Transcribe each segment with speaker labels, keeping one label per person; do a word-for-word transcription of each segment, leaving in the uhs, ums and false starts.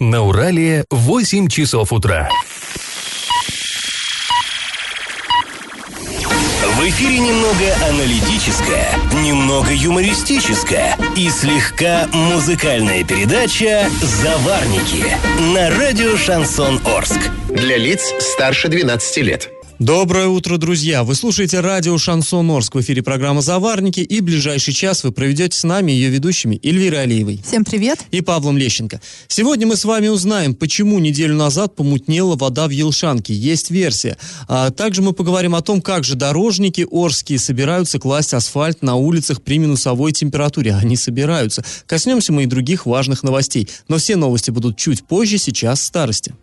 Speaker 1: На Урале восемь часов утра. В эфире немного аналитическая, немного юмористическая и слегка музыкальная передача «Заварники» на радио «Шансон Орск».
Speaker 2: Для лиц старше двенадцати лет.
Speaker 3: Доброе утро, друзья! Вы слушаете радио «Шансон Орск». В эфире программа «Заварники», и ближайший час вы проведете с нами, ее ведущими, Эльвирой Алиевой.
Speaker 4: Всем привет!
Speaker 3: И Павлом Лещенко. Сегодня мы с вами узнаем, почему неделю назад помутнела вода в Елшанке. Есть версия. А также мы поговорим о том, как же дорожники орские собираются класть асфальт на улицах при минусовой температуре. Они собираются. Коснемся мы и других важных новостей. Но все новости будут чуть позже, сейчас старости.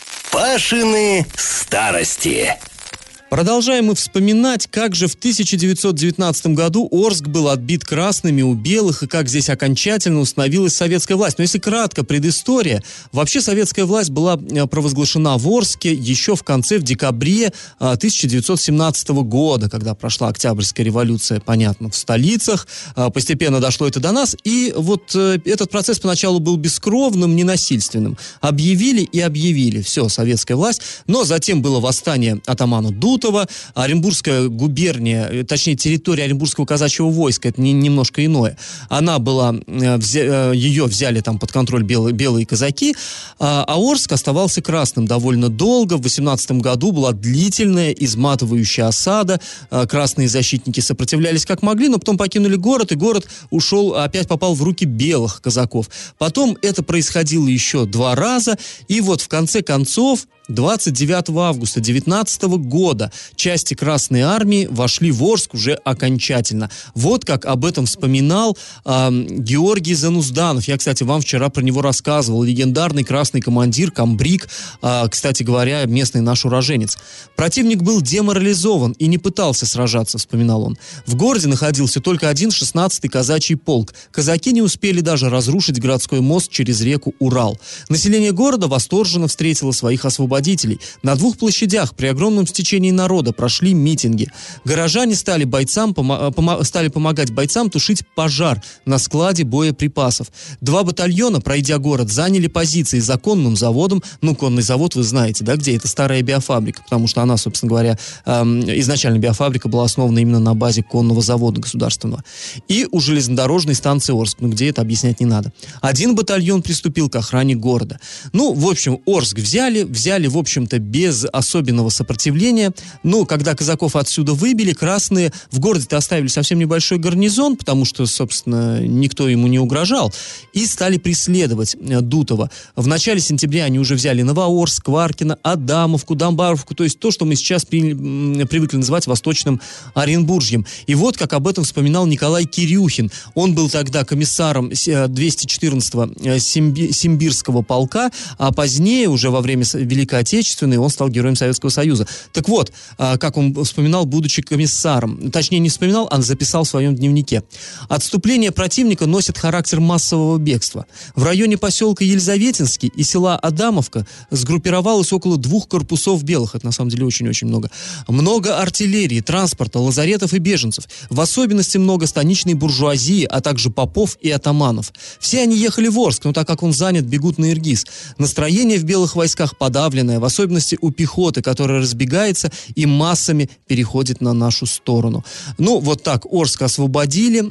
Speaker 1: Пашины старости.
Speaker 3: Продолжаем мы вспоминать, как же в тысяча девятьсот девятнадцатом году Орск был отбит красными у белых, и как здесь окончательно установилась советская власть. Но если кратко, предыстория. Вообще советская власть была провозглашена в Орске еще в конце, в декабре тысяча девятьсот семнадцатого года, когда прошла Октябрьская революция, понятно, в столицах. Постепенно дошло это до нас, и вот этот процесс поначалу был бескровным, ненасильственным. Объявили и объявили. Все, советская власть. Но затем было восстание атамана Дутова. Оренбургская губерния, точнее территория Оренбургского казачьего войска, это не, немножко иное. Она была, взя, ее взяли там под контроль белые, белые казаки, а, а Орск оставался красным довольно долго. В восемнадцатом году была длительная, изматывающая осада. Красные защитники сопротивлялись как могли, но потом покинули город, и город ушел, опять попал в руки белых казаков. Потом это происходило еще два раза, и вот в конце концов двадцать девятого августа девятнадцатого года части Красной Армии вошли в Орск уже окончательно. Вот как об этом вспоминал э, Георгий Занузданов. Я, кстати, вам вчера про него рассказывал. Легендарный красный командир, комбриг, э, кстати говоря, местный наш уроженец. Противник был деморализован и не пытался сражаться, вспоминал он. В городе находился только один шестнадцатый казачий полк. Казаки не успели даже разрушить городской мост через реку Урал. Население города восторженно встретило своих освободителей. На двух площадях при огромном стечении народа прошли митинги. Горожане стали, бойцам, помо- помо- стали помогать бойцам тушить пожар на складе боеприпасов. Два батальона, пройдя город, заняли позиции за конным заводом. Ну, конный завод, вы знаете, да, где это старая биофабрика, потому что она, собственно говоря, эм, изначально биофабрика была основана именно на базе конного завода государственного. И у железнодорожной станции Орск, ну, где это объяснять не надо. Один батальон приступил к охране города. Ну, в общем, Орск взяли, взяли в общем-то, без особенного сопротивления. Но когда казаков отсюда выбили, красные в городе-то оставили совсем небольшой гарнизон, потому что, собственно, никто ему не угрожал, и стали преследовать Дутова. В начале сентября они уже взяли Новоорск, Кваркино, Адамовку, Домбаровку, то есть то, что мы сейчас при, привыкли называть Восточным Оренбуржьем. И вот как об этом вспоминал Николай Кирюхин. Он был тогда комиссаром двести четырнадцатого Симби, Симбирского полка, а позднее, уже во время Великой Отечественной, он стал героем Советского Союза. Так вот, как он вспоминал, будучи комиссаром, точнее не вспоминал, а записал в своем дневнике. Отступление противника носит характер массового бегства. В районе поселка Елизаветинский и села Адамовка сгруппировалось около двух корпусов белых. Это на самом деле очень-очень много. Много артиллерии, транспорта, лазаретов и беженцев. В особенности много станичной буржуазии, а также попов и атаманов. Все они ехали в Орск, но так как он занят, бегут на Иргиз. Настроение в белых войсках подавлено, в особенности у пехоты, которая разбегается и массами переходит на нашу сторону. Ну, вот так Орск освободили,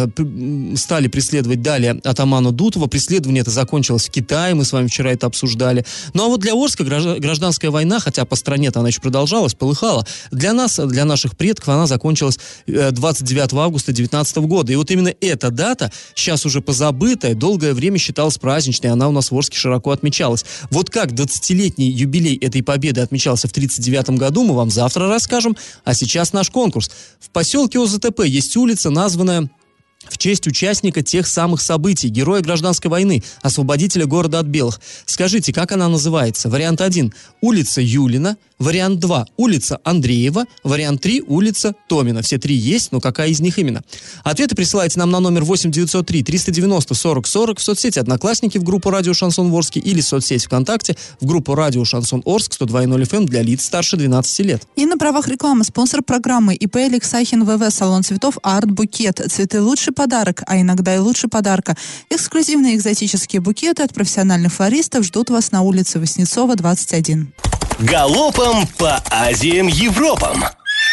Speaker 3: э, стали преследовать далее атамана Дутова. Преследование это закончилось в Китае, мы с вами вчера это обсуждали. Ну, а вот для Орска гражданская война, хотя по стране-то она еще продолжалась, полыхала, для нас, для наших предков она закончилась двадцать девятого августа девятнадцатого года. И вот именно эта дата, сейчас уже позабытая, долгое время считалась праздничной, она у нас в Орске широко отмечалась. Вот как двадцатилетний юбилей этой победы отмечался в тридцать девятом году, мы вам завтра расскажем, а сейчас наш конкурс. В поселке ОЗТП есть улица, названная в честь участника тех самых событий, героя гражданской войны, освободителя города от белых. Скажите, как она называется? Вариант один – улица Юлина. Вариант два – улица Андреева. Вариант три – улица Томина. Все три есть, но какая из них именно? Ответы присылайте нам на номер восемь девятьсот три триста девяносто сорок сорок в соцсети «Одноклассники» в группу «Радио Шансон Орск» или в соцсети ВКонтакте в группу «Радио Шансон Орск» сто два ноль эф эм для лиц старше двенадцати лет.
Speaker 4: И на правах рекламы спонсор программы ИП Алексахин ВВ, салон цветов Арт Букет. Цветы лучше хороший подарок, а иногда и лучше подарка. Эксклюзивные экзотические букеты от профессиональных флористов ждут вас на улице Васнецова, двадцать один.
Speaker 1: Галопом по Азиям Европам!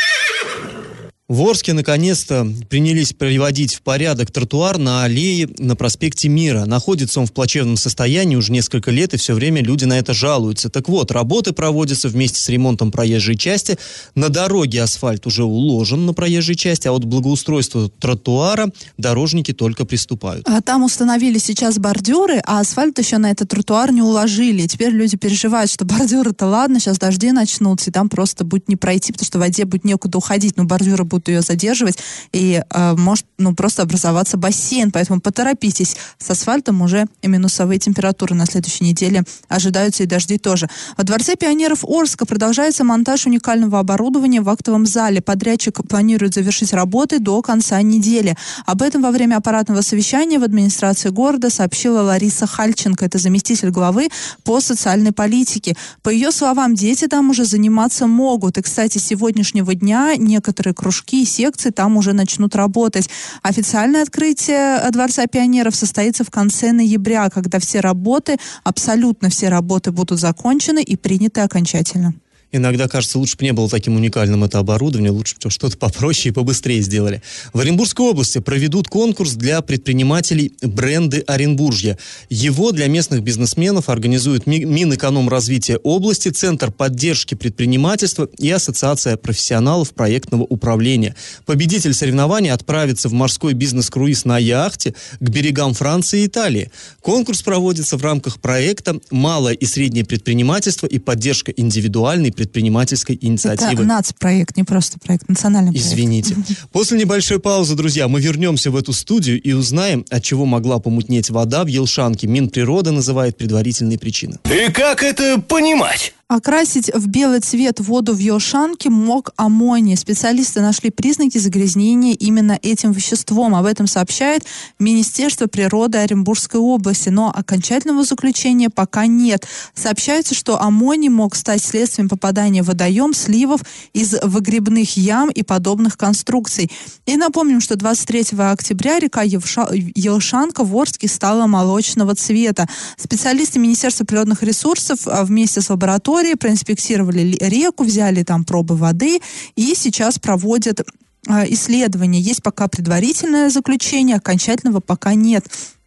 Speaker 3: В Орске наконец-то принялись приводить в порядок тротуар на аллее на проспекте Мира. Находится он в плачевном состоянии уже несколько лет, и все время люди на это жалуются. Так вот, работы проводятся вместе с ремонтом проезжей части. На дороге асфальт уже уложен на проезжей части, а вот благоустройство тротуара дорожники только приступают.
Speaker 4: А там установили сейчас бордюры, а асфальт еще на этот тротуар не уложили. И теперь люди переживают, что бордюры-то ладно, сейчас дожди начнутся, и там просто будет не пройти, потому что в воде будет некуда уходить, но бордюры будут ее задерживать, и э, может ну, просто образоваться бассейн, поэтому поторопитесь. С асфальтом уже и минусовые температуры на следующей неделе ожидаются, и дожди тоже. В Дворце пионеров Орска продолжается монтаж уникального оборудования в актовом зале. Подрядчик планирует завершить работы до конца недели. Об этом во время аппаратного совещания в администрации города сообщила Лариса Хальченко, это заместитель главы по социальной политике. По ее словам, дети там уже заниматься могут. И, кстати, с сегодняшнего дня некоторые кружки и секции там уже начнут работать. Официальное открытие Дворца пионеров состоится в конце ноября, когда все работы, абсолютно все работы будут закончены и приняты окончательно.
Speaker 3: Иногда, кажется, лучше бы не было таким уникальным это оборудование, лучше бы что-то попроще и побыстрее сделали. В Оренбургской области проведут конкурс для предпринимателей бренды Оренбуржья. Его для местных бизнесменов организуют Минэкономразвития области, Центр поддержки предпринимательства и Ассоциация профессионалов проектного управления. Победитель соревнований отправится в морской бизнес-круиз на яхте к берегам Франции и Италии. Конкурс проводится в рамках проекта «Малое и среднее предпринимательство и поддержка индивидуальной предпринимательской инициативы».
Speaker 4: Это нацпроект, не просто проект, национальный проект.
Speaker 3: Извините. После небольшой паузы, друзья, мы вернемся в эту студию и узнаем, от чего могла помутнеть вода в Елшанке. Минприрода называет предварительные причины.
Speaker 1: И как это понимать?
Speaker 4: Окрасить в белый цвет воду в Елшанке мог аммоний. Специалисты нашли признаки загрязнения именно этим веществом. Об этом сообщает Министерство природы Оренбургской области. Но окончательного заключения пока нет. Сообщается, что аммоний мог стать следствием попадания в водоем сливов из выгребных ям и подобных конструкций. И напомним, что двадцать третьего октября река Евша... Елшанка в Орске стала молочного цвета. Специалисты Министерства природных ресурсов вместе с лабораторией проинспектировали реку, взяли там пробы воды и сейчас проводят э, исследования. Есть пока предварительное заключение, окончательного пока нет.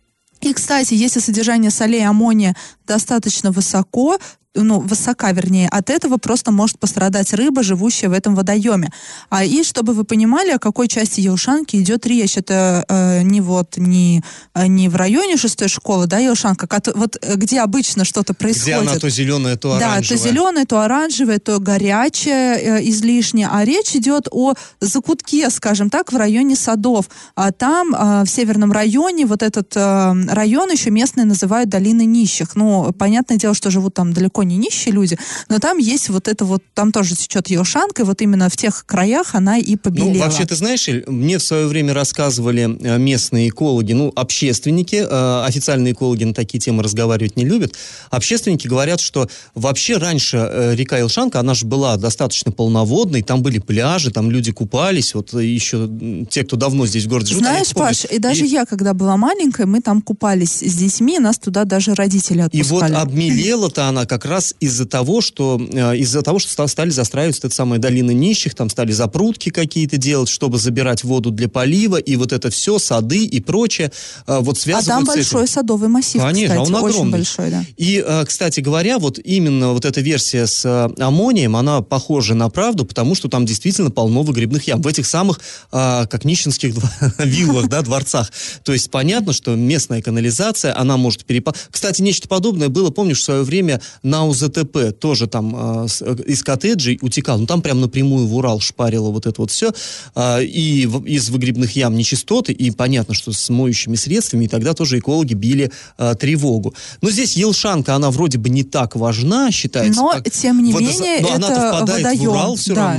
Speaker 4: И, кстати, если содержание солей и аммония достаточно высоко, ну, высока, вернее, от этого просто может пострадать рыба, живущая в этом водоеме. А и чтобы вы понимали, о какой части Елшанки идет речь, это э, не вот не, не в районе шестой школы, да, Елшанка, как, вот где обычно что-то происходит.
Speaker 3: Где она то зеленая, то оранжевая.
Speaker 4: Да, то зеленая, то оранжевая, то горячая э, излишне. А речь идет о закутке, скажем так, в районе Садов. А там, э, в северном районе, вот этот э, район еще местные называют долиной нищих. Ну, понятное дело, что живут там далеко не нищие люди, но там есть вот это вот, там тоже течет Елшанка, и вот именно в тех краях она и побелела.
Speaker 3: Ну, вообще, ты знаешь, Иль, мне в свое время рассказывали местные экологи, ну, общественники, э, официальные экологи на такие темы разговаривать не любят, общественники говорят, что вообще раньше э, река Елшанка, она же была достаточно полноводной, там были пляжи, там люди купались, вот еще те, кто давно здесь в городе живут.
Speaker 4: Знаешь, Паш, и даже и... я, когда была маленькая, мы там купались с детьми, нас туда даже родители отпускали.
Speaker 3: И вот обмелела-то она как раз из-за того, что э, из-за того, что стали застраивать эта самая долина нищих, там стали запрутки какие-то делать, чтобы забирать воду для полива, и вот это все, сады и прочее, э, вот связываются.
Speaker 4: А там большой
Speaker 3: этим.
Speaker 4: Садовый массив,
Speaker 3: Конечно,
Speaker 4: кстати,
Speaker 3: он огромный.
Speaker 4: Очень большой, да.
Speaker 3: И, э, кстати говоря, вот именно вот эта версия с э, аммонием, она похожа на правду, потому что там действительно полно выгребных ям, в этих самых, э, как нищенских виллах, да, дворцах. То есть понятно, что местная канализация, она может перепадать. Кстати, нечто подобное было, помнишь, в свое время на УЗТП тоже там э, с, э, из коттеджей утекал, ну там прям напрямую в Урал шпарило вот это вот все, э, и в, из выгребных ям нечистоты, и понятно, что с моющими средствами, и тогда тоже экологи били э, тревогу. Но здесь Елшанка, она вроде бы не так важна, считается.
Speaker 4: Но,
Speaker 3: как
Speaker 4: тем не
Speaker 3: водоза...
Speaker 4: менее,
Speaker 3: Но
Speaker 4: это
Speaker 3: она-то впадает
Speaker 4: водоем,
Speaker 3: в Урал все
Speaker 4: да.
Speaker 3: равно.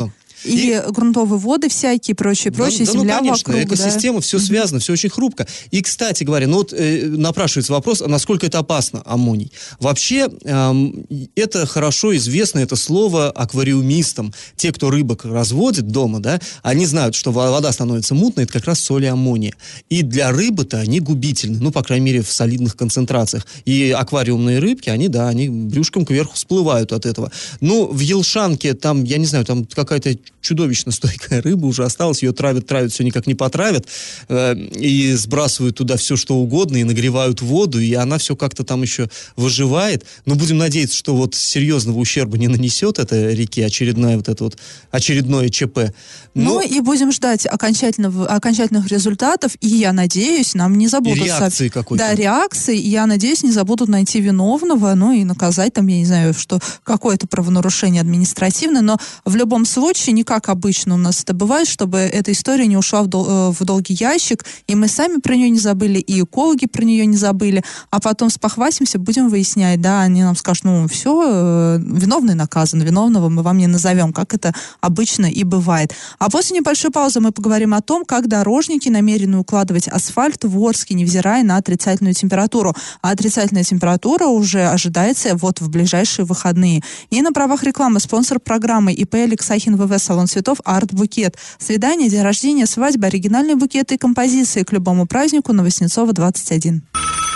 Speaker 4: И, и грунтовые воды всякие, прочее, прочее,
Speaker 3: да,
Speaker 4: земля
Speaker 3: да, ну, конечно,
Speaker 4: вокруг.
Speaker 3: Экосистема, да. все связано, все очень хрупко. И, кстати говоря, ну вот э, напрашивается вопрос, а насколько это опасно, аммоний? Вообще, э, это хорошо известно, это слово аквариумистам. Те, кто рыбок разводит дома, да, они знают, что вода становится мутной, это как раз соли аммония. И для рыбы-то они губительны, ну, по крайней мере, в солидных концентрациях. И аквариумные рыбки, они, да, они брюшком кверху всплывают от этого. Ну, в Елшанке там, я не знаю, там какая-то чудовищно стойкая рыба уже осталась, ее травят, травят, все никак не потравят, э, и сбрасывают туда все, что угодно, и нагревают воду, и она все как-то там еще выживает. Но будем надеяться, что вот серьезного ущерба не нанесет этой реке очередное вот это вот, очередное ЧП. Но...
Speaker 4: Ну, и будем ждать окончательного, окончательных результатов, и я надеюсь, нам не забудут...
Speaker 3: И реакции
Speaker 4: со...
Speaker 3: какой-то.
Speaker 4: Да, реакции, и я надеюсь, не забудут найти виновного, ну, и наказать там, я не знаю, что какое-то правонарушение административное, но в любом случае, не как обычно у нас это бывает, чтобы эта история не ушла в, дол- в долгий ящик, и мы сами про нее не забыли, и экологи про нее не забыли, а потом спохватимся, будем выяснять, да, они нам скажут, ну, все, виновный наказан, виновного мы вам не назовем, как это обычно и бывает. А после небольшой паузы мы поговорим о том, как дорожники намерены укладывать асфальт в Орске, невзирая на отрицательную температуру. А отрицательная температура уже ожидается вот в ближайшие выходные. И на правах рекламы спонсор программы ИП Алексахин ВВ, салон цветов Арт Букет. Свидание, день рождения, свадьба, оригинальные букеты и композиции к любому празднику на Васнецова двадцать один.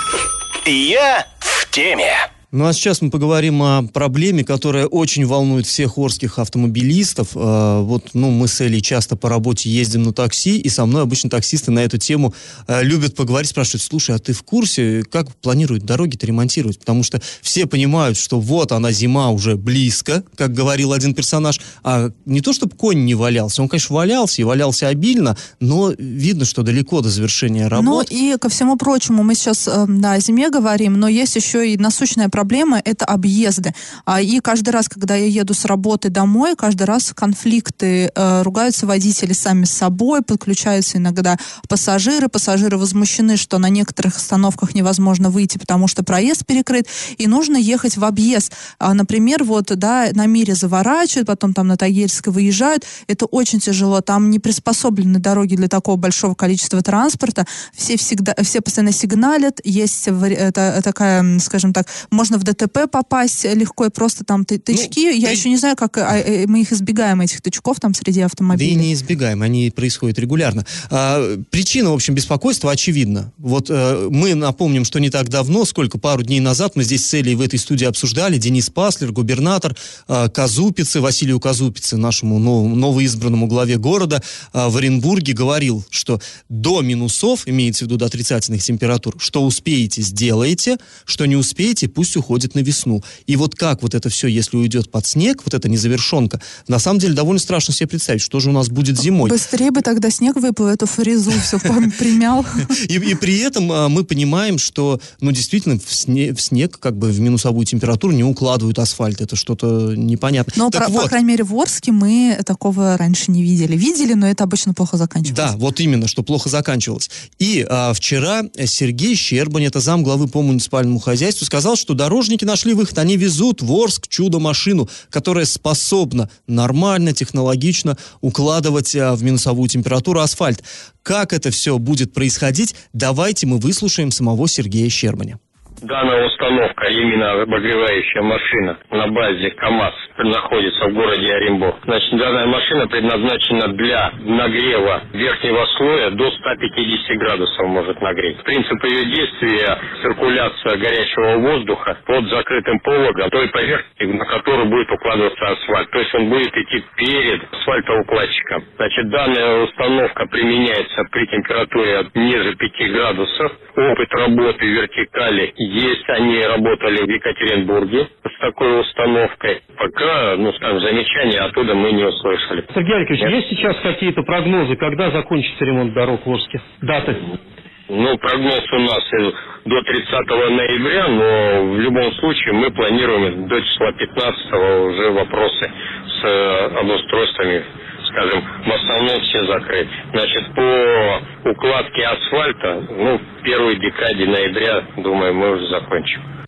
Speaker 1: Я в теме.
Speaker 3: Ну а сейчас мы поговорим о проблеме, которая очень волнует всех орских автомобилистов. Э, вот, ну, мы с Элей часто по работе ездим на такси, и со мной обычно таксисты на эту тему э, любят поговорить, спрашивают, слушай, а ты в курсе, как планируют дороги-то ремонтировать? Потому что все понимают, что вот она, зима уже близко, как говорил один персонаж, а не то, чтобы конь не валялся, он, конечно, валялся и валялся обильно, но видно, что далеко до завершения работ.
Speaker 4: Ну и ко всему прочему, мы сейчас, э, да, о зиме говорим, но есть еще и насущная проблема. Проблема — это объезды. А, и каждый раз, когда я еду с работы домой, каждый раз конфликты, э, ругаются водители сами с собой, подключаются иногда пассажиры. Пассажиры возмущены, что на некоторых остановках невозможно выйти, потому что проезд перекрыт, и нужно ехать в объезд. А, например, вот, да, на Мире заворачивают, потом там на Тагильской выезжают. Это очень тяжело. Там не приспособлены дороги для такого большого количества транспорта. Все всегда, все постоянно сигналят. Есть это, такая, скажем так, можно в ДТП попасть легко и просто там тычки. Ну, Я ты... еще не знаю, как а, мы их избегаем, этих тычков там среди автомобилей.
Speaker 3: Да и не избегаем, они происходят регулярно. А, причина, в общем, беспокойства очевидна. Вот а, мы напомним, что не так давно, сколько, пару дней назад, мы здесь с Элей в этой студии обсуждали, Денис Паслер, губернатор а, Казупицы, Василию Казупице, нашему новому, новоизбранному главе города а, в Оренбурге, говорил, что до минусов, имеется в виду до отрицательных температур, что успеете, сделаете, что не успеете, пусть уходит на весну. И вот как вот это все, если уйдет под снег, вот эта незавершенка, на самом деле довольно страшно себе представить, что же у нас будет зимой.
Speaker 4: Быстрее бы тогда снег выпал, эту фрезу все примял.
Speaker 3: И, и при этом а, мы понимаем, что, ну, действительно, в снег, в снег, как бы в минусовую температуру не укладывают асфальт. Это что-то непонятное.
Speaker 4: Но, про, вот. по крайней мере, в Орске мы такого раньше не видели. Видели, но это обычно плохо заканчивалось.
Speaker 3: Да, вот именно, что плохо заканчивалось. И а, вчера Сергей Щербань, это замглавы по муниципальному хозяйству, сказал, что дорожники нашли выход, они везут в Орск чудо-машину, которая способна нормально, технологично укладывать а, в минусовую температуру асфальт. Как это все будет происходить, давайте мы выслушаем самого Сергея Щербаня.
Speaker 5: Данная установка, именно обогревающая машина на базе КАМАЗ, находится в городе Оренбург. Значит, данная машина предназначена для нагрева верхнего слоя до ста пятидесяти градусов может нагреть. Принцип ее действия – циркуляция горячего воздуха под закрытым пологом той поверхности, на которую будет укладываться асфальт. То есть он будет идти перед асфальтоукладчиком. Значит, данная установка применяется при температуре ниже пяти градусов. Опыт работы вертикали есть, они работали в Екатеринбурге с такой установкой. Пока, ну, скажем, замечания оттуда мы не услышали.
Speaker 6: Сергей Алексеевич, Нет? есть сейчас какие-то прогнозы, когда закончится ремонт дорог в Орске? Даты?
Speaker 5: Ну, прогноз у нас до тридцатого ноября, но в любом случае мы планируем до числа пятнадцатого уже вопросы с обустройствами, скажем, в основном все закрыть. Значит, по укладке асфальта, ну, в первой декаде ноября, думаю, мы уже закончим.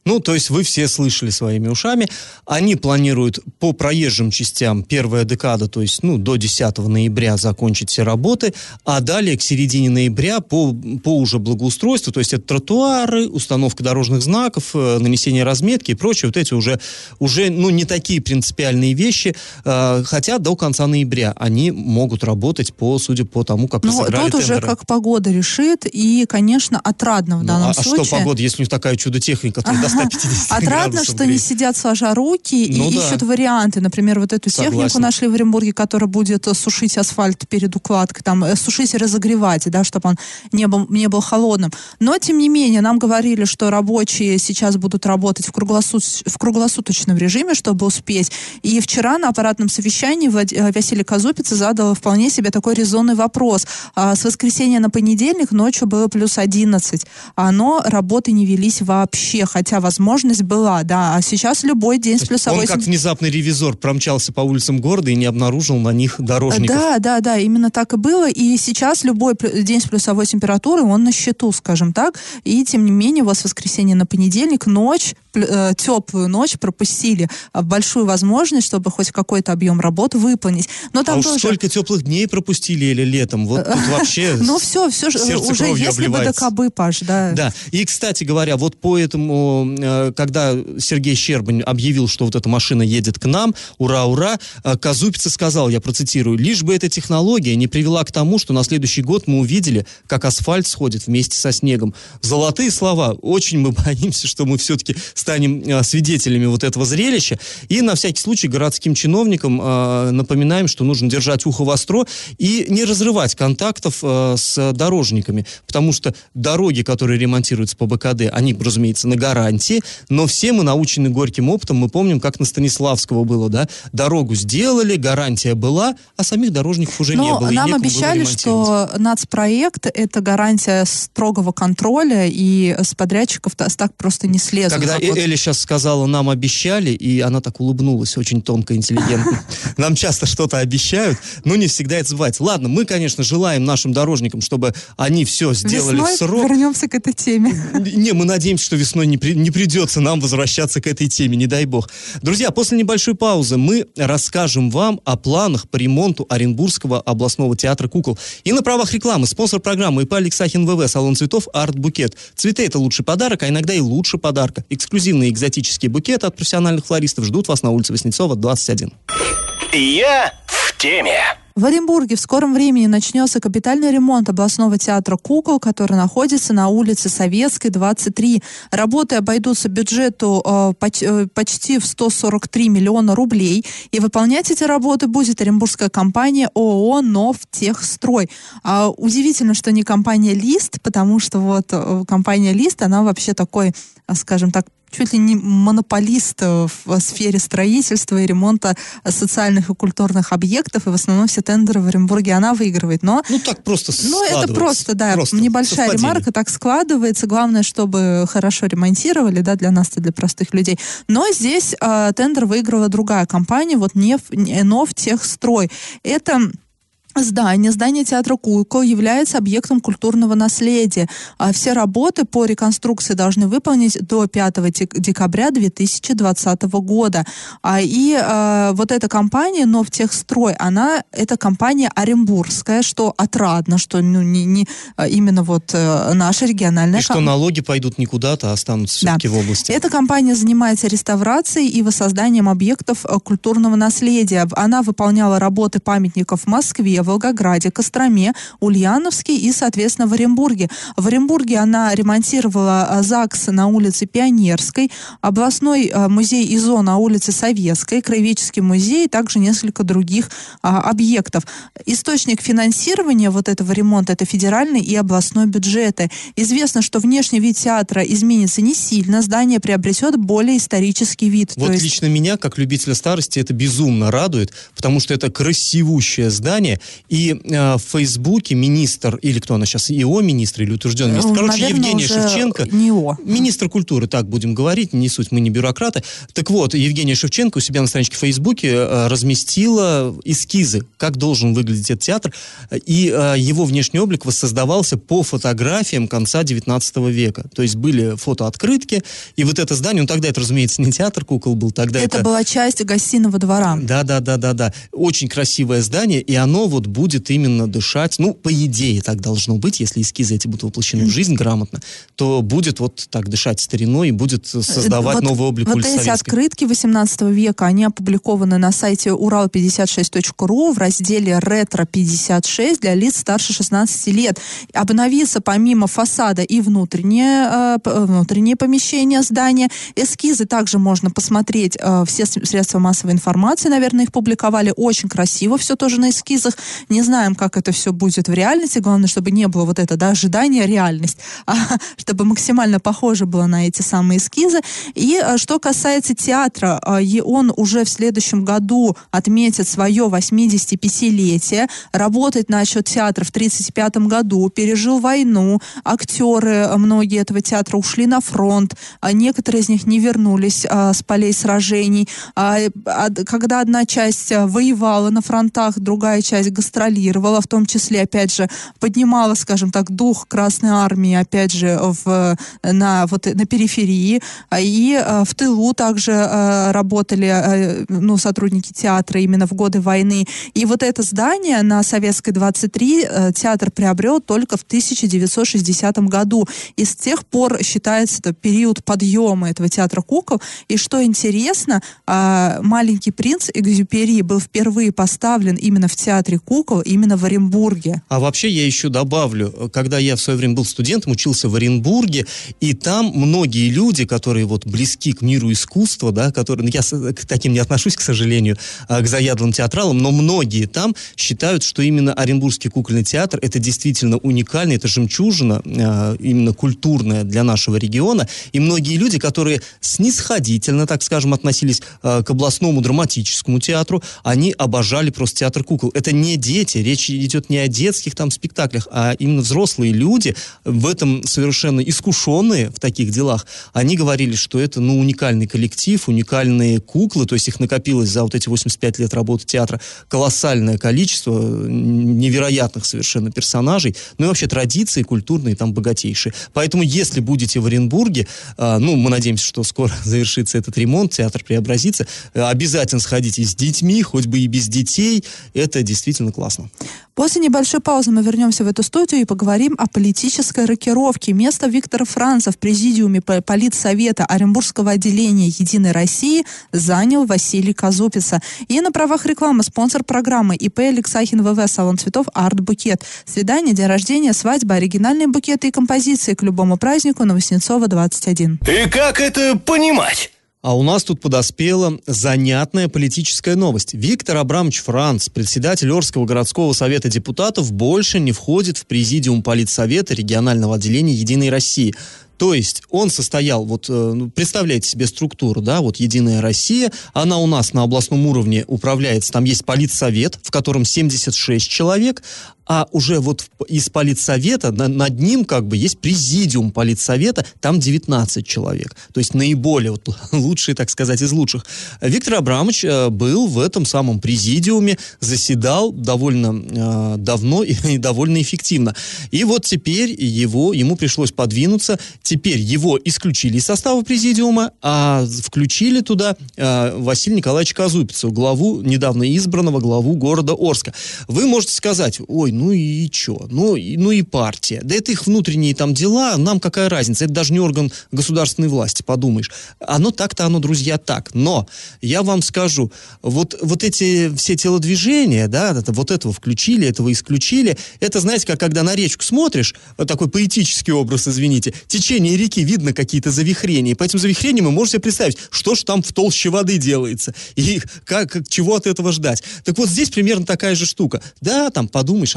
Speaker 3: Ну, то есть вы все слышали своими ушами. Они планируют по проезжим частям первая декада, то есть, ну, до десятого ноября закончить все работы, а далее к середине ноября по, по уже благоустройству, то есть это тротуары, установка дорожных знаков, нанесение разметки и прочее, вот эти уже, уже ну, не такие принципиальные вещи, хотя до конца ноября они могут работать по, судя по тому, как разыграли тендеры.
Speaker 4: Ну, тут уже как погода решит, и, конечно, отрадно в
Speaker 3: ну,
Speaker 4: данном
Speaker 3: а,
Speaker 4: случае.
Speaker 3: А что погода, если у них такая чудо-техника, которая до ста пятидесяти градусов
Speaker 4: Отрадно, что
Speaker 3: греет.
Speaker 4: не сидят сложа руки и
Speaker 3: ну,
Speaker 4: ищут
Speaker 3: да.
Speaker 4: варианты. Например, вот эту
Speaker 3: Согласен.
Speaker 4: технику нашли в Оренбурге, которая будет сушить асфальт перед укладкой, там, сушить и разогревать, да, чтобы он не был, не был холодным. Но, тем не менее, нам говорили, что рабочие сейчас будут работать в, круглосут... в круглосуточном режиме, чтобы успеть. И вчера на аппаратном совещании Василий Казупица задал вполне себе такой резонный вопрос. С воскресенья на понедельник ночью было плюс одиннадцать, но работы не велись вообще, хотя возможность была, да, а сейчас любой день с плюсовой...
Speaker 3: Он как внезапный ревизор промчался по улицам города и не обнаружил на них дорожников.
Speaker 4: Да, да, да, именно так и было, и сейчас любой день с плюсовой температурой, он на счету, скажем так, и тем не менее, вот с воскресенья на понедельник ночь, э, теплую ночь пропустили, большую возможность, чтобы хоть какой-то объем работ выполнить. Но там
Speaker 3: а
Speaker 4: тоже...
Speaker 3: уж столько теплых дней пропустили или летом, вот тут вообще
Speaker 4: ну все, все уже если бы до кобы, Паш, да.
Speaker 3: Да, и, кстати говоря, вот по этому, когда Сергей Щербань объявил, что вот эта машина едет к нам, ура, ура, Казупица сказал, я процитирую, лишь бы эта технология не привела к тому, что на следующий год мы увидели, как асфальт сходит вместе со снегом. Золотые слова. Очень мы боимся, что мы все-таки станем свидетелями вот этого зрелища. И на всякий случай городским чиновникам э, напоминаем, что нужно держать ухо востро и не разрывать контактов э, с дорожниками, потому что дороги, которые ремонтируются по БКД, они, разумеется, на гарантии, но все мы научены горьким опытом, мы помним, как на Станиславского было, да, дорогу сделали, гарантия была, а самих дорожников уже
Speaker 4: но
Speaker 3: не было.
Speaker 4: Нам обещали, что нацпроект — это гарантия строгого контроля, и с подрядчиков так просто не слезут.
Speaker 3: Когда вот... Эля сейчас сказала, нам обещали, и она так улыбнулась, очень тонко, интеллигентно. Нам часто что-то обещают, но не всегда это сбывается. Ладно, мы, конечно, желаем нашим дорожникам, чтобы они все сделали в срок.
Speaker 4: Вернемся к этой теме.
Speaker 3: Не, мы надеемся, что весной не, при, не придется нам возвращаться к этой теме, не дай бог. Друзья, после небольшой паузы мы расскажем вам о планах по ремонту Оренбургского областного театра кукол. И на правах рекламы спонсор программы ИП Алексахин ВВ, салон цветов Арт Букет. Цветы — это лучший подарок, а иногда и лучше подарка. Эксклюзивные экзотические букеты от профессиональных флористов ждут вас на улице Васнецова, двадцать один.
Speaker 1: Я в теме.
Speaker 4: В Оренбурге в скором времени начнется капитальный ремонт областного театра кукол, который находится на улице Советской, двадцать три. Работы обойдутся бюджету э, поч- э, почти в сто сорок три миллиона рублей. И выполнять эти работы будет оренбургская компания ООО «Новтехстрой». А, удивительно, что не компания «Лист», потому что вот э, компания «Лист», она вообще такой, скажем так, чуть ли не монополист в сфере строительства и ремонта социальных и культурных объектов, и в основном все тендеры в Оренбурге она выигрывает. Но,
Speaker 3: ну, так просто складывается.
Speaker 4: Ну, это просто, да,
Speaker 3: просто
Speaker 4: небольшая
Speaker 3: совпадение.
Speaker 4: ремарка, так складывается. Главное, чтобы хорошо ремонтировали, да, для нас и для простых людей. Но здесь э, тендер выиграла другая компания, вот «Новтехстрой». Это... Здание, здание театра кукол является объектом культурного наследия. А все работы по реконструкции должны выполнить до пятого декабря две тысячи двадцатого года. А, и а, вот эта компания «Новтехстрой», она, это компания оренбургская, что отрадно, что ну, не, не именно вот а, наша региональная...
Speaker 3: И что налоги пойдут не куда-то, а останутся
Speaker 4: да.
Speaker 3: все-таки в области.
Speaker 4: Эта компания занимается реставрацией и воссозданием объектов культурного наследия. Она выполняла работы памятников в Москве, Волгограде, Костроме, Ульяновске и, соответственно, в Оренбурге. В Оренбурге она ремонтировала ЗАГС на улице Пионерской, областной музей ИЗО на улице Советской, краеведческий музей и также несколько других а, объектов. Источник финансирования вот этого ремонта — это федеральный и областной бюджеты. Известно, что внешний вид театра изменится не сильно, здание приобретет более исторический вид.
Speaker 3: Вот
Speaker 4: есть...
Speaker 3: лично меня, как любителя старости, это безумно радует, потому что это красивущее здание. И э, в Фейсбуке министр, или кто она сейчас, ИО министр, или утвержденный министр, короче,
Speaker 4: Наверное,
Speaker 3: Евгения Шевченко,
Speaker 4: не ИО.
Speaker 3: Министр культуры, так будем говорить, не суть, мы не бюрократы. Так вот, Евгения Шевченко у себя на страничке в Фейсбуке э, разместила эскизы, как должен выглядеть этот театр, и э, его внешний облик воссоздавался по фотографиям конца девятнадцатого века. То есть были фотооткрытки, и вот это здание, ну тогда это, разумеется, не театр кукол был, тогда это...
Speaker 4: Это была часть гостиного двора.
Speaker 3: Да-да-да-да-да. Очень красивое здание, и оно вот будет именно дышать, ну, по идее так должно быть, если эскизы эти будут воплощены в жизнь грамотно, то будет вот так дышать стариной и будет создавать
Speaker 4: вот,
Speaker 3: новый облик
Speaker 4: вот
Speaker 3: улицы
Speaker 4: эти
Speaker 3: Советской.
Speaker 4: открытки восемнадцатого века, они опубликованы на сайте урал пятьдесят шесть точка ру в разделе «Ретро пятьдесят шесть» для лиц старше шестнадцати лет. Обновится помимо фасада и внутреннее, э, внутреннее помещение здания. Эскизы также можно посмотреть. Э, все средства массовой информации, наверное, их публиковали. Очень красиво все тоже на эскизах. Не знаем, как это все будет в реальности. Главное, чтобы не было вот это, да, ожидание, реальность. А чтобы максимально похоже было на эти самые эскизы. И э, что касается театра, э, он уже в следующем году отметит свое восьмидесятипятилетие. Работать начал театр в тридцать пятом году, пережил войну. Актеры, многие этого театра ушли на фронт. А некоторые из них не вернулись а, с полей сражений. А, а, когда одна часть воевала на фронтах, другая часть гастролировала, в том числе, опять же, поднимала, скажем так, дух Красной Армии, опять же, в, на, вот, на периферии. И а, в тылу также а, работали а, ну, сотрудники театра именно в годы войны. И вот это здание на Советской двадцать три а, театр приобрел только в тысяча девятьсот шестидесятом году. И с тех пор считается это период подъема этого театра кукол. И что интересно, а, «Маленький принц» Экзюпери был впервые поставлен именно в театре кукол, именно в Оренбурге.
Speaker 3: А вообще я еще добавлю, когда я в свое время был студентом, учился в Оренбурге, и там многие люди, которые вот близки к миру искусства, да, которые, ну, я к таким не отношусь, к сожалению, к заядлым театралам, но многие там считают, что именно Оренбургский кукольный театр — это действительно уникальный, это жемчужина, именно культурная для нашего региона, и многие люди, которые снисходительно, так скажем, относились к областному драматическому театру, они обожали просто театр кукол. Это не дети, речь идет не о детских там спектаклях, а именно взрослые люди, в этом совершенно искушенные в таких делах, они говорили, что это, ну, уникальный коллектив, уникальные куклы, то есть их накопилось за вот эти восемьдесят пять лет работы театра колоссальное количество невероятных совершенно персонажей, ну и вообще традиции культурные там богатейшие. Поэтому, если будете в Оренбурге, э, ну, мы надеемся, что скоро завершится этот ремонт, театр преобразится, э, обязательно сходите с детьми, хоть бы и без детей, это действительно классно.
Speaker 4: После небольшой паузы мы вернемся в эту студию и поговорим о политической рокировке. Место Виктора Франца в президиуме Политсовета Оренбургского отделения «Единой России» занял Василий Казупица. И на правах рекламы спонсор программы ИП Алексахин ВВ, салон цветов «Арт Букет». Свидание, день рождения, свадьба, оригинальные букеты и композиции к любому празднику на Васнецова, двадцать один.
Speaker 1: И как это понимать?
Speaker 3: А у нас тут подоспела занятная политическая новость. Виктор Абрамович Франц, председатель Орского городского совета депутатов, больше не входит в президиум Политсовета регионального отделения «Единой России». То есть он состоял, вот представляете себе структуру, да, вот «Единая Россия», она у нас на областном уровне управляется, там есть Политсовет, в котором семьдесят шесть человек, а уже вот из Политсовета на, над ним как бы есть президиум Политсовета, там девятнадцать человек. То есть наиболее вот, лучшие, так сказать, из лучших. Виктор Абрамович э, был в этом самом президиуме, заседал довольно э, давно и, и довольно эффективно. И вот теперь его, ему пришлось подвинуться. Теперь его исключили из состава президиума, а включили туда э, Василия Николаевича Казупицу, главу, недавно избранного главу города Орска. Вы можете сказать: ой, ну и чё? Ну и, ну и партия. Да это их внутренние там дела, нам какая разница? Это даже не орган государственной власти, подумаешь. Оно так-то, оно, друзья, так. Но я вам скажу, вот, вот эти все телодвижения, да, это, вот этого включили, этого исключили, это, знаете, как когда на речку смотришь, вот такой поэтический образ, извините, течение реки, видно какие-то завихрения. По этим завихрениям вы можете себе представить, что ж там в толще воды делается, и как, чего от этого ждать. Так вот, здесь примерно такая же штука. Да, там, подумаешь,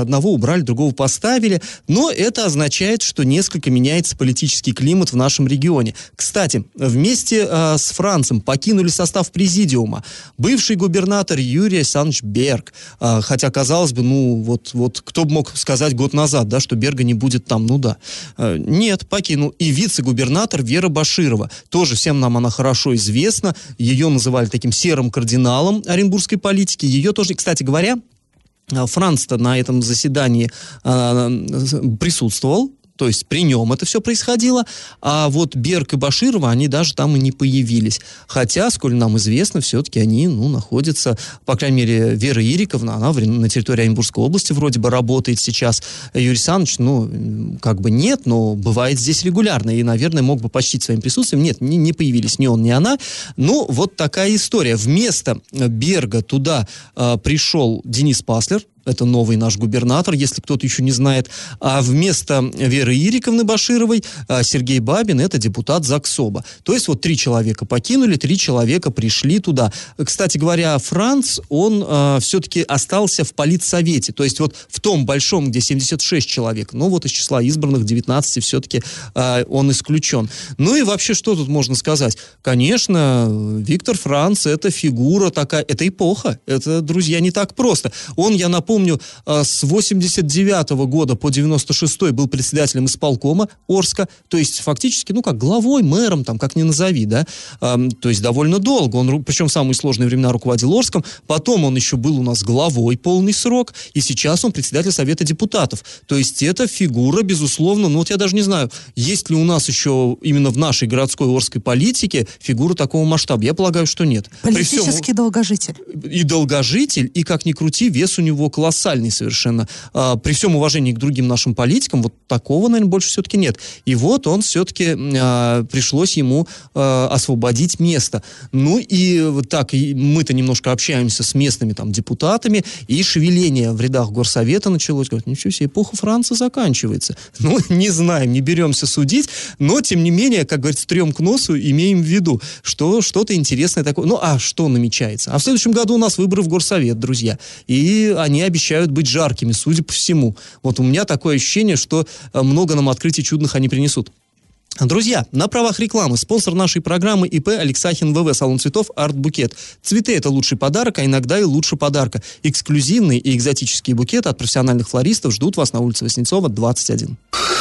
Speaker 3: одного убрали, другого поставили, но это означает, что несколько меняется политический климат в нашем регионе. Кстати, вместе э, с Францем покинули состав президиума бывший губернатор Юрий Александрович Берг, э, хотя, казалось бы, ну, вот, вот кто бы мог сказать год назад, да, что Берга не будет там, ну да. Э, нет, покинул. И вице-губернатор Вера Баширова, тоже всем нам она хорошо известна, ее называли таким серым кардиналом оренбургской политики, ее тоже, кстати говоря, Франц-то на этом заседании э, присутствовал, то есть при нем это все происходило, а вот Берг и Баширова, они даже там и не появились. Хотя, сколь нам известно, все-таки они, ну, находятся, по крайней мере, Вера Ириковна, она на территории Оренбургской области вроде бы работает сейчас. Юрий Александрович, ну, как бы нет, но бывает здесь регулярно, и, наверное, мог бы почтить своим присутствием. Нет, не, не появились ни он, ни она. Ну, вот такая история. Вместо Берга туда э, пришел Денис Паслер, это новый наш губернатор, если кто-то еще не знает. А вместо Веры Ириковны Башировой Сергей Бабин, это депутат Заксоба. То есть вот три человека покинули, три человека пришли туда. Кстати говоря, Франц, он э, все-таки остался в политсовете. То есть вот в том большом, где семьдесят шесть человек, но вот из числа избранных девятнадцать все-таки э, он исключен. Ну и вообще, что тут можно сказать? Конечно, Виктор Франц, это фигура такая, это эпоха. Это, друзья, не так просто. Он, я напомню, Помню, с восемьдесят девятого года по девяносто шестой был председателем исполкома Орска, то есть фактически, ну, как главой, мэром, там, как ни назови, да, то есть довольно долго. Он, причем в самые сложные времена руководил Орском, потом он еще был у нас главой полный срок, и сейчас он председатель Совета депутатов. То есть это фигура, безусловно, ну, вот я даже не знаю, есть ли у нас еще именно в нашей городской орской политике фигура такого масштаба. Я полагаю, что нет.
Speaker 4: Политический всем... долгожитель.
Speaker 3: И долгожитель, и, как ни крути, вес у него колоссальный совершенно. А, при всем уважении к другим нашим политикам, вот такого, наверное, больше все-таки нет. И вот он все-таки, а, пришлось ему а, освободить место. Ну и вот так, и мы-то немножко общаемся с местными там депутатами, и шевеление в рядах горсовета началось. Говорят, ничего себе, эпоха Франца заканчивается. Ну, не знаем, не беремся судить, но, тем не менее, как говорится, трем к носу имеем в виду, что что-то интересное такое. Ну, а что намечается? А в следующем году у нас выборы в горсовет, друзья. И они обещают быть жаркими, судя по всему. Вот у меня такое ощущение, что много нам открытий чудных они принесут. Друзья, на правах рекламы спонсор нашей программы ИП Алексахин ВВ, салон цветов Арт Букет. Цветы — это лучший подарок, а иногда и лучше подарка. Эксклюзивные и экзотические букеты от профессиональных флористов ждут вас на улице Васнецова, двадцать один.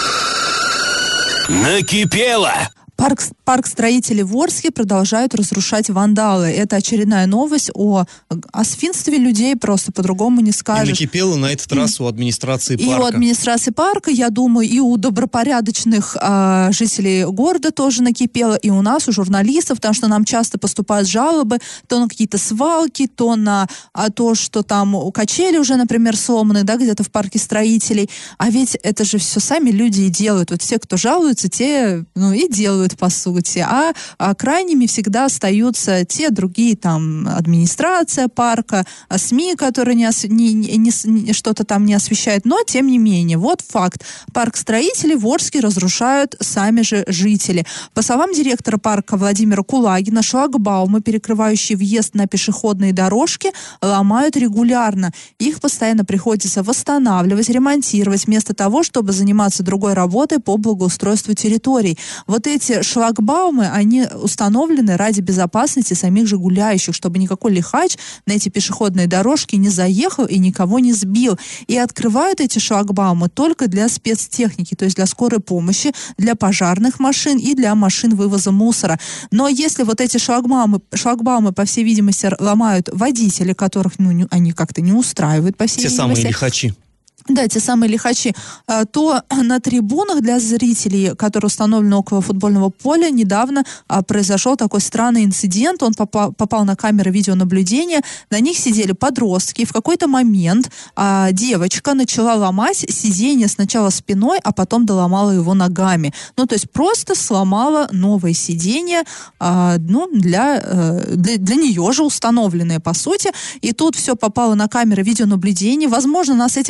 Speaker 1: Накипело!
Speaker 4: Парк, парк строителей в Орске продолжают разрушать вандалы. Это очередная новость о, о свинстве людей, просто по-другому не скажешь.
Speaker 3: И накипело на этот раз у администрации парка.
Speaker 4: И у администрации парка, я думаю, и у добропорядочных э, жителей города тоже накипело, и у нас, у журналистов, потому что нам часто поступают жалобы то на какие-то свалки, то на а, то, что там у качели уже, например, сломаны, да, где-то в парке строителей. А ведь это же все сами люди и делают. Вот все, кто жалуются, те, ну, и делают, по сути, а, а крайними всегда остаются те другие, там, администрация парка, а СМИ, которые не, ос, не, не, не, что-то там не освещают, но, тем не менее, вот факт. Парк строителей в Орске разрушают сами же жители. По словам директора парка Владимира Кулагина, шлагбаумы, перекрывающие въезд на пешеходные дорожки, ломают регулярно. Их постоянно приходится восстанавливать, ремонтировать, вместо того, чтобы заниматься другой работой по благоустройству территорий. Вот эти шлагбаумы, они установлены ради безопасности самих же гуляющих, чтобы никакой лихач на эти пешеходные дорожки не заехал и никого не сбил. И открывают эти шлагбаумы только для спецтехники, то есть для скорой помощи, для пожарных машин и для машин вывоза мусора. Но если вот эти шлагбаумы, шлагбаумы по всей видимости, ломают водители, которых, ну, они как-то не устраивают, по всей
Speaker 3: Те
Speaker 4: видимости.
Speaker 3: самые лихачи.
Speaker 4: Да, те самые лихачи, то на трибунах для зрителей, которые установлены около футбольного поля, недавно произошел такой странный инцидент. Он попал, попал на камеры видеонаблюдения. На них сидели подростки. И в какой-то момент а, девочка начала ломать сиденье сначала спиной, а потом доломала его ногами. Ну, то есть просто сломала новое сиденье, а, ну, для, для, для нее же установленное, по сути. И тут все попало на камеры видеонаблюдения. Возможно, нас эти подростки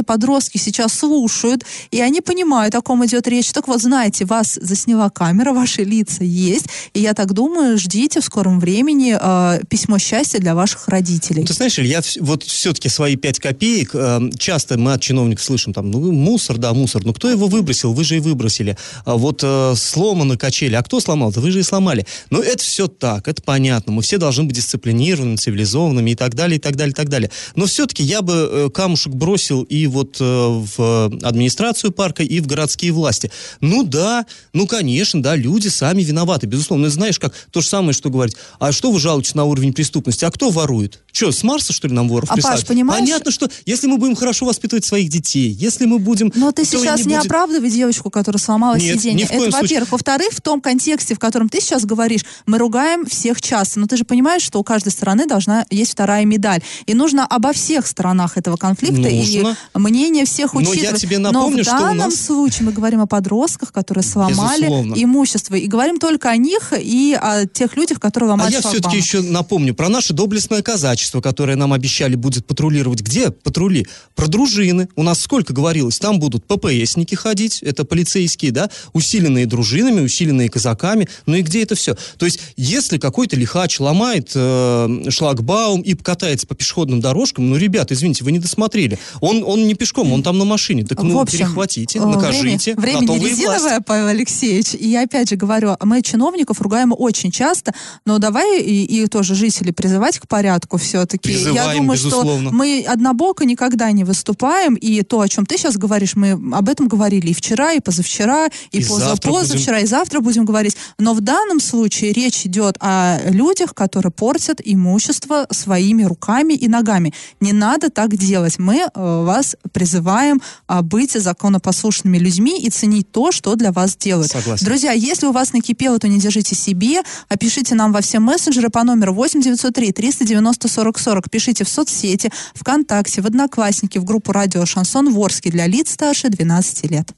Speaker 4: Орске сейчас слушают, и они понимают, о ком идет речь. Так вот, знаете, вас засняла камера, ваши лица есть, и я так думаю, ждите в скором времени э, письмо счастья для ваших родителей.
Speaker 3: Ты знаешь, я вот все-таки свои пять копеек, э, часто мы от чиновников слышим, там, ну, мусор, да, мусор, но кто его выбросил? Вы же и выбросили. А вот э, сломаны качели, а кто сломал? Да вы же и сломали. Но это все так, это понятно, мы все должны быть дисциплинированными, цивилизованными и так далее, и так далее, и так далее. Но все-таки я бы э, камушек бросил и вот э, в администрацию парка, и в городские власти. Ну да, ну конечно, да, люди сами виноваты, безусловно. Ну, знаешь, как то же самое, что говорить, а что вы жалуетесь на уровень преступности, а кто ворует? Что, с Марса, что ли, нам воров
Speaker 4: а,
Speaker 3: прислали?
Speaker 4: Паш, понимаешь?
Speaker 3: Понятно, что если мы будем хорошо воспитывать своих детей, если мы будем...
Speaker 4: Но ты сейчас не,
Speaker 3: не будет...
Speaker 4: оправдывай девочку, которая сломала
Speaker 3: Нет,
Speaker 4: сиденье.
Speaker 3: ни в коем
Speaker 4: Это,
Speaker 3: случае.
Speaker 4: во-первых. Во-вторых, в том контексте, в котором ты сейчас говоришь, мы ругаем всех часто. Но ты же понимаешь, что у каждой стороны должна есть вторая медаль. И нужно обо всех сторонах этого конфликта
Speaker 3: нужно.
Speaker 4: И мнение всех учитывать.
Speaker 3: Но я тебе напомню,
Speaker 4: Но в
Speaker 3: что у
Speaker 4: данном
Speaker 3: нас...
Speaker 4: случае мы говорим о подростках, которые сломали
Speaker 3: Безусловно.
Speaker 4: имущество. И говорим только о них и о тех людях, которые ломают
Speaker 3: А я
Speaker 4: шлагбаум.
Speaker 3: все-таки еще напомню про наше доблестное казачество, которое нам обещали будет патрулировать. Где патрули? Про дружины. У нас сколько говорилось? Там будут ППСники ходить, это полицейские, да, усиленные дружинами, усиленные казаками. Ну и где это все? То есть, если какой-то лихач ломает э, шлагбаум и катается по пешеходным дорожкам, ну, ребят, извините, вы не досмотрели. Он, он не пешком, он там на машине. Так ну,
Speaker 4: в общем,
Speaker 3: перехватите, накажите.
Speaker 4: Время, время не резиновое, Павел Алексеевич. И я опять же говорю, мы чиновников ругаем очень часто, но давай и, и тоже жителей призывать к порядку все-таки.
Speaker 3: Призываем,
Speaker 4: я думаю,
Speaker 3: безусловно.
Speaker 4: что мы однобоко никогда не выступаем, и то, о чем ты сейчас говоришь, мы об этом говорили и вчера, и позавчера, и,
Speaker 3: И
Speaker 4: позапозавчера,
Speaker 3: будем...
Speaker 4: и завтра будем говорить. Но в данном случае речь идет о людях, которые портят имущество своими руками и ногами. Не надо так делать. Мы э, вас призываем э, быть законопослушными людьми и ценить то, что для вас делают.
Speaker 3: Согласен.
Speaker 4: Друзья, если у вас накипело, то не держите себе, а пишите нам во все мессенджеры по номеру восемь девятьсот три триста девяносто сорок сорок. Пишите в соцсети, ВКонтакте, в Одноклассники, в группу радио «Шансон Ворске» для лиц старше двенадцати лет.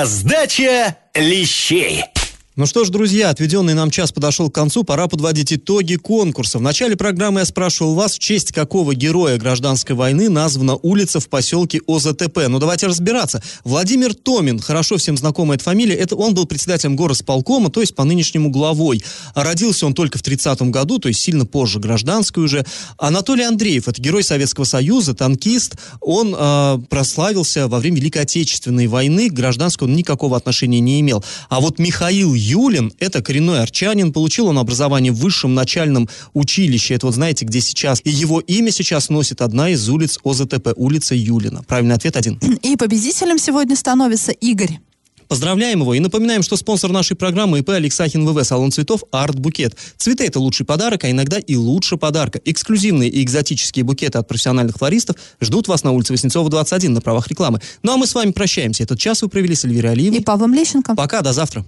Speaker 1: Раздача лещей.
Speaker 3: Ну что ж, друзья, отведенный нам час подошел к концу, пора подводить итоги конкурса. В начале программы я спрашивал вас, в честь какого героя гражданской войны названа улица в поселке ОЗТП. Ну давайте разбираться. Владимир Томин, хорошо всем знакомая эта фамилия, это он был председателем горосполкома, то есть по-нынешнему главой. Родился он только в тридцатом году, то есть сильно позже гражданской уже. Анатолий Андреев, это герой Советского Союза, танкист, он э, прославился во время Великой Отечественной войны, к гражданской он никакого отношения не имел. А вот Михаил Юлин, это коренной арчанин, получил он образование в высшем начальном училище, это вот знаете, где сейчас, и его имя сейчас носит одна из улиц ОЗТП, улица Юлина. Правильный ответ один.
Speaker 4: И победителем сегодня становится Игорь.
Speaker 3: Поздравляем его и напоминаем, что спонсор нашей программы ИП Алексахин ВВ, салон цветов Арт Букет. Цветы — это лучший подарок, а иногда и лучше подарка. Эксклюзивные и экзотические букеты от профессиональных флористов ждут вас на улице Васнецова, двадцать один на правах рекламы. Ну а мы с вами прощаемся. Этот час вы провели с Эльвирой Алиевой
Speaker 4: И Павлом Лещенко.
Speaker 3: Пока, до завтра.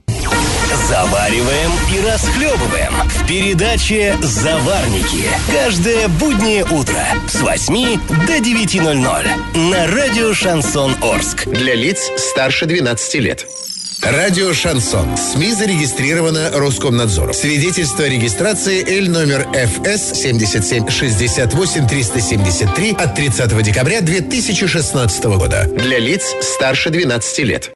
Speaker 1: Завариваем и расхлебываем в передаче «Заварники». Каждое буднее утро с восьми до девяти ноль-ноль на радио «Шансон Орск».
Speaker 2: Для лиц старше двенадцати лет. Радио «Шансон». СМИ зарегистрировано Роскомнадзором. Свидетельство о регистрации Л номер Ф С семьдесят семь шестьдесят восемь триста семьдесят три от тридцатого декабря две тысячи шестнадцатого года. Для лиц старше двенадцати лет.